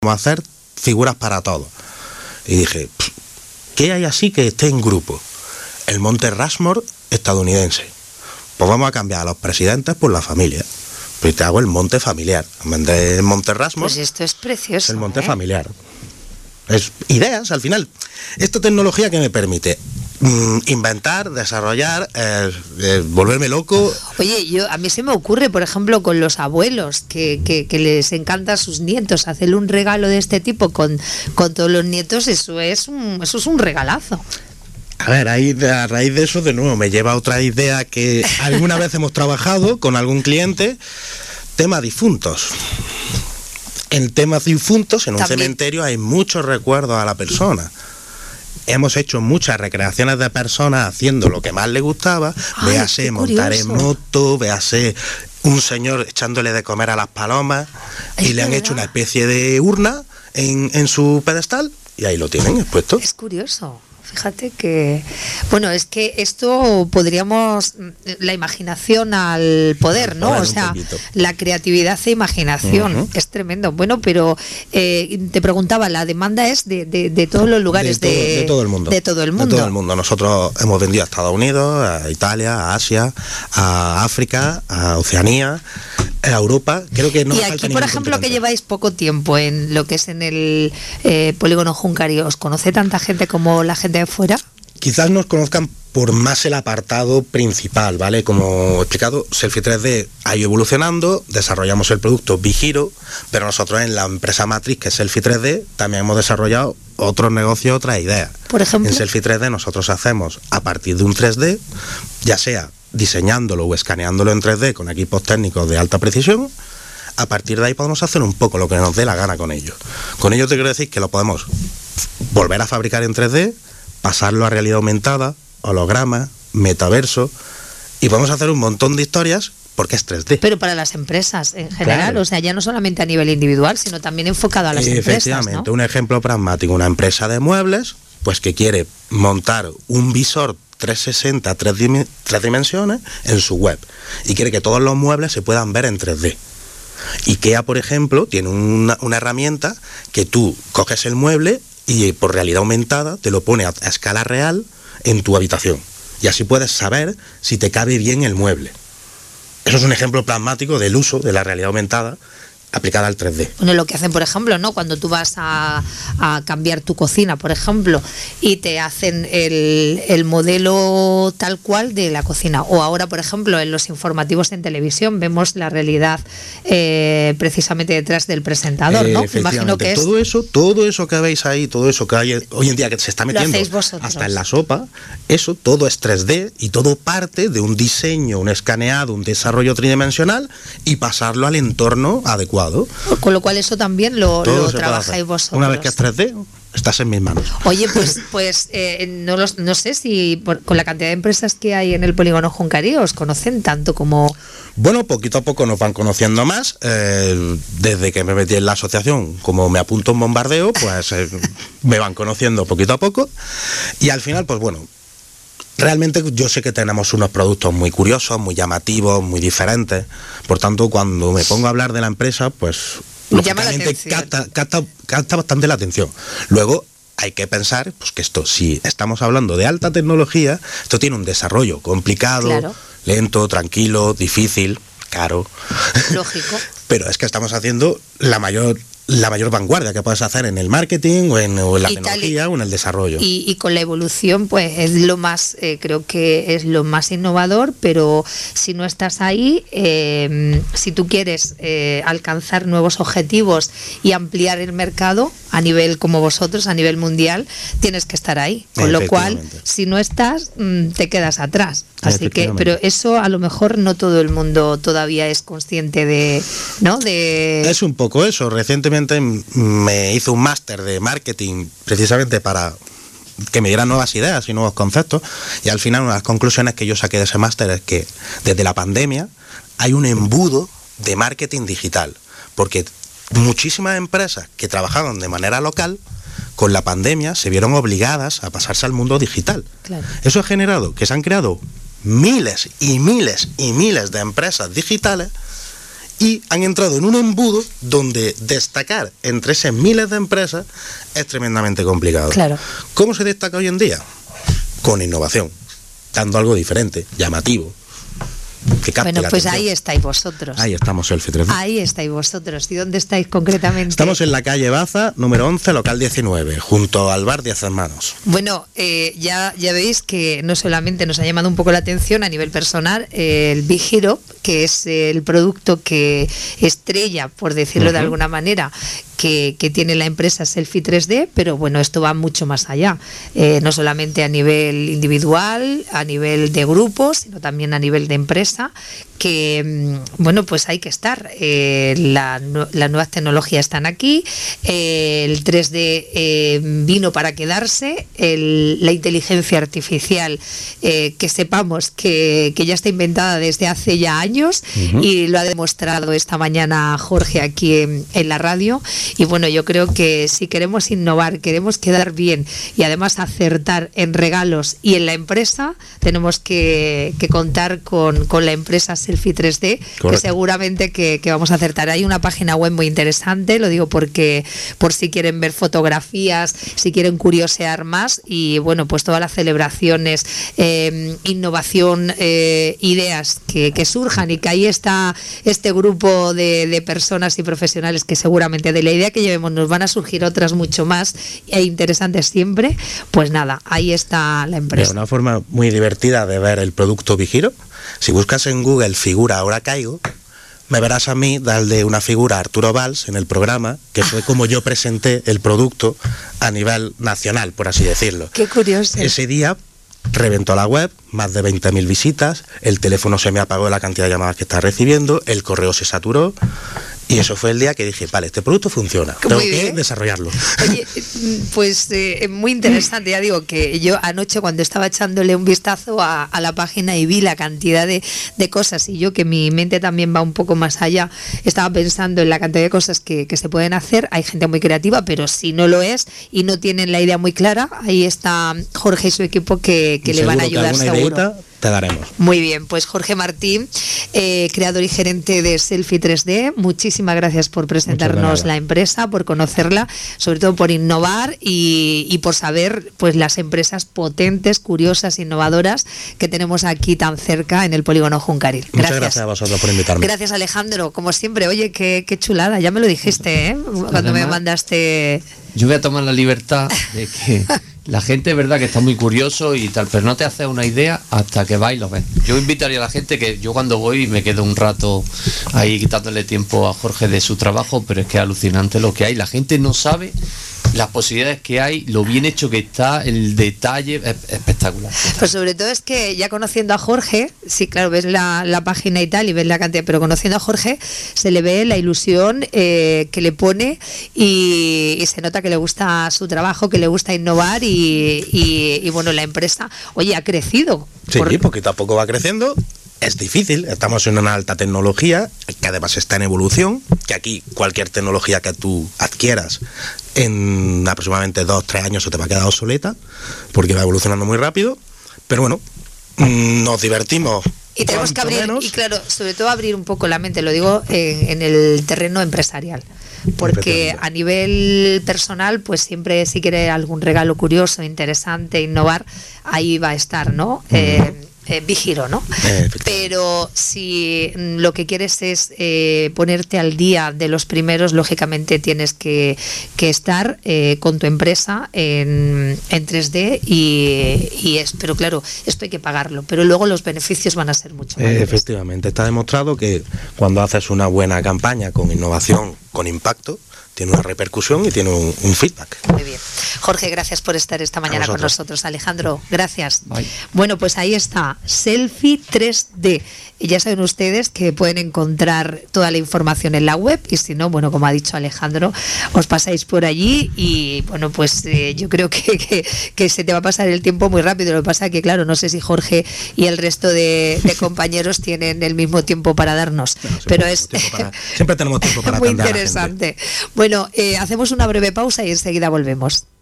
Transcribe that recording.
vamos a hacer figuras para todos. Y dije, ¿qué hay así que esté en grupo? El Monte Rushmore estadounidense. Pues vamos a cambiar a los presidentes por la familia. Pues te hago el monte familiar. En vez del Monte Rushmore, pues esto es precioso. Es el monte familiar. Es ideas, al final. Esta tecnología que me permite inventar, desarrollar, volverme loco. Oye, a mí se me ocurre, por ejemplo, con los abuelos, que les encanta a sus nietos hacerle un regalo de este tipo con todos los nietos. Eso es un regalazo. A ver, a raíz de eso, de nuevo, me lleva a otra idea que alguna vez hemos trabajado con algún cliente, tema difuntos. En temas difuntos, en un cementerio hay muchos recuerdos a la persona. Hemos hecho muchas recreaciones de personas haciendo lo que más le gustaba. Véase montar en moto, véase un señor echándole de comer a las palomas, y le han hecho una especie de urna en su pedestal, y ahí lo tienen expuesto. Es curioso. Fíjate que, bueno, es que esto podríamos, la imaginación al poder, ¿no? O sea, la creatividad e imaginación, es tremendo. Bueno, pero te preguntaba, la demanda es de todos los lugares, de todo el mundo. De todo el mundo. De todo el mundo. Nosotros hemos vendido a Estados Unidos, a Italia, a Asia, a África, a Oceanía, a Europa. Creo que no. Y aquí, por ejemplo, que lleváis poco tiempo en lo que es en el polígono Juncari, ¿os conoce tanta gente como la gente de fuera? Quizás nos conozcan por más el apartado principal, ¿vale? Como he explicado, Selfie 3D ha ido evolucionando, desarrollamos el producto Vigiro, pero nosotros en la empresa matriz, que es Selfie 3D, también hemos desarrollado otros negocios, otras ideas. Por ejemplo, en Selfie 3D nosotros hacemos, a partir de un 3D, ya sea diseñándolo o escaneándolo en 3D con equipos técnicos de alta precisión, a partir de ahí podemos hacer un poco lo que nos dé la gana con ello. Con ello te quiero decir que lo podemos volver a fabricar en 3D, pasarlo a realidad aumentada, holograma, metaverso, y podemos hacer un montón de historias porque es 3D. Pero para las empresas en general, claro. O sea, ya no solamente a nivel individual, sino también enfocado a las empresas, efectivamente, ¿no? Un ejemplo pragmático, una empresa de muebles, pues que quiere montar un visor 360, tres dimensiones en su web, y quiere que todos los muebles se puedan ver en 3D. IKEA, por ejemplo, tiene una herramienta que tú coges el mueble y por realidad aumentada te lo pone a escala real en tu habitación, y así puedes saber si te cabe bien el mueble. Eso es un ejemplo pragmático del uso de la realidad aumentada aplicada al 3D. Bueno, lo que hacen, por ejemplo, ¿no? Cuando tú vas a cambiar tu cocina, por ejemplo, y te hacen el modelo tal cual de la cocina. O ahora, por ejemplo, en los informativos en televisión vemos la realidad precisamente detrás del presentador, ¿no? Imagino que es... Todo eso que veis ahí, todo eso que hay hoy en día que se está metiendo hasta en la sopa, eso todo es 3D y todo parte de un diseño, un escaneado, un desarrollo tridimensional y pasarlo al entorno adecuado. Con lo cual eso también lo trabajáis vosotros. Una vez que es 3D, estás en mis manos. Oye, pues no sé si con la cantidad de empresas que hay en el polígono Juncari os conocen tanto como... Bueno, poquito a poco nos van conociendo más. Desde que me metí en la asociación, como me apunto en bombardeo, pues me van conociendo poquito a poco. Y al final, pues bueno, realmente yo sé que tenemos unos productos muy curiosos, muy llamativos, muy diferentes. Por tanto, cuando me pongo a hablar de la empresa, pues lógicamente capta bastante la atención. Luego hay que pensar pues que esto, si estamos hablando de alta tecnología, esto tiene un desarrollo complicado, claro, lento, tranquilo, difícil, caro. Lógico. Pero es que estamos haciendo la mayor vanguardia que puedes hacer en el marketing o en la tecnología o en el desarrollo. Y con la evolución, pues es lo más, creo que es lo más innovador, pero si no estás ahí, si tú quieres alcanzar nuevos objetivos y ampliar el mercado a nivel como vosotros, a nivel mundial, tienes que estar ahí. Con lo cual, si no estás, te quedas atrás. Así que, pero eso a lo mejor no todo el mundo todavía es consciente de, ¿no? Es un poco eso. Recientemente me hice un máster de marketing precisamente para que me dieran nuevas ideas y nuevos conceptos, y al final una de las conclusiones que yo saqué de ese máster es que desde la pandemia hay un embudo de marketing digital, porque muchísimas empresas que trabajaban de manera local con la pandemia se vieron obligadas a pasarse al mundo digital. Claro. Eso ha generado que se han creado miles y miles y miles de empresas digitales, y han entrado en un embudo donde destacar entre esas miles de empresas es tremendamente complicado. Claro. ¿Cómo se destaca hoy en día? Con innovación, dando algo diferente, llamativo, que capte bueno, la pues atención. ahí estáis vosotros. Ahí estamos, Selfie 3D. Ahí estáis vosotros. ¿Y dónde estáis concretamente? Estamos en la calle Baza, número 11, local 19, junto al bar 10 Hermanos. Bueno, ya veis que no solamente nos ha llamado un poco la atención a nivel personal el Big Hero, que es el producto que estrella, por decirlo de alguna manera, que tiene la empresa Selfie 3D, pero bueno, esto va mucho más allá, no solamente a nivel individual, a nivel de grupos, sino también a nivel de empresa, que bueno, pues hay que estar. Las nuevas tecnologías están aquí, el 3D vino para quedarse, la inteligencia artificial, que sepamos que ya está inventada desde hace ya años, y lo ha demostrado esta mañana Jorge aquí en la radio. Y bueno, yo creo que si queremos innovar, queremos quedar bien y además acertar en regalos y en la empresa, tenemos que contar con la empresa Selfie 3D, Correcto. que seguramente que vamos a acertar. Hay una página web muy interesante, lo digo porque por si quieren ver fotografías, si quieren curiosear más, y bueno, pues todas las celebraciones, innovación, ideas que surjan, y que ahí está este grupo de personas y profesionales que seguramente de la idea que llevemos nos van a surgir otras mucho más e interesantes siempre. Pues nada, ahí está la empresa. Una forma muy divertida de ver el producto Big Hero: si buscas en Google figura Ahora Caigo, me verás a mí darle una figura a Arturo Valls en el programa, que fue como yo presenté el producto a nivel nacional, por así decirlo. Qué curioso. Ese día reventó la web, más de 20.000 visitas, el teléfono se me apagó de la cantidad de llamadas que estaba recibiendo, el correo se saturó, y eso fue el día que dije, vale, este producto funciona, tengo que desarrollarlo. Oye, pues muy interesante. Ya digo que yo anoche, cuando estaba echándole un vistazo a la página y vi la cantidad de cosas, y yo, que mi mente también va un poco más allá, estaba pensando en la cantidad de cosas que se pueden hacer. Hay gente muy creativa, pero si no lo es y no tienen la idea muy clara, ahí está Jorge y su equipo que le van a ayudar, seguro. Te daremos. Muy bien, pues Jorge Martín, creador y gerente de Selfie 3D, muchísimas gracias por presentarnos la empresa, por conocerla, sobre todo por innovar y por saber pues las empresas potentes, curiosas, innovadoras que tenemos aquí tan cerca en el polígono Juncaril. Muchas gracias a vosotros por invitarme. Gracias, Alejandro, como siempre. Oye, qué chulada, ya me lo dijiste, ¿eh? Cuando además, me mandaste... Yo voy a tomar la libertad de que la gente es verdad que está muy curioso y tal, pero no te haces una idea hasta que vas y lo ves. Yo invitaría a la gente que yo cuando voy me quedo un rato ahí quitándole tiempo a Jorge de su trabajo, pero es que es alucinante lo que hay. La gente no sabe las posibilidades que hay, lo bien hecho que está, el detalle es espectacular. Pues sobre todo es que ya conociendo a Jorge, sí, claro, ves la página y tal y ves la cantidad, pero conociendo a Jorge se le ve la ilusión que le pone y se nota que le gusta su trabajo, que le gusta innovar y bueno, la empresa, oye, ha crecido. Sí, poquito a poco va creciendo. Es difícil, estamos en una alta tecnología que además está en evolución, que aquí cualquier tecnología que tú adquieras en aproximadamente 2-3 años se te va a quedar obsoleta, porque va evolucionando muy rápido, pero bueno, nos divertimos. Y tenemos que abrir, y claro, sobre todo abrir un poco la mente, lo digo en el terreno empresarial, porque a nivel personal, pues siempre si quiere algún regalo curioso, interesante, innovar, ahí va a estar, ¿no? Big Hero, ¿no? Pero si lo que quieres es ponerte al día de los primeros, lógicamente tienes que estar con tu empresa en 3D pero claro, esto hay que pagarlo, pero luego los beneficios van a ser mucho mayores. Efectivamente, está demostrado que cuando haces una buena campaña con innovación, con impacto, tiene una repercusión y tiene un feedback. Muy bien. Jorge, gracias por estar esta mañana con nosotros. Alejandro, gracias. Bye. Bueno, pues ahí está, Selfie 3D. Y ya saben ustedes que pueden encontrar toda la información en la web, y si no, bueno, como ha dicho Alejandro, os pasáis por allí y bueno, pues yo creo que se te va a pasar el tiempo muy rápido. Lo que pasa es que, claro, no sé si Jorge y el resto de compañeros tienen el mismo tiempo para darnos, no, pero es siempre tenemos tiempo para muy interesante. Bueno, hacemos una breve pausa y enseguida volvemos.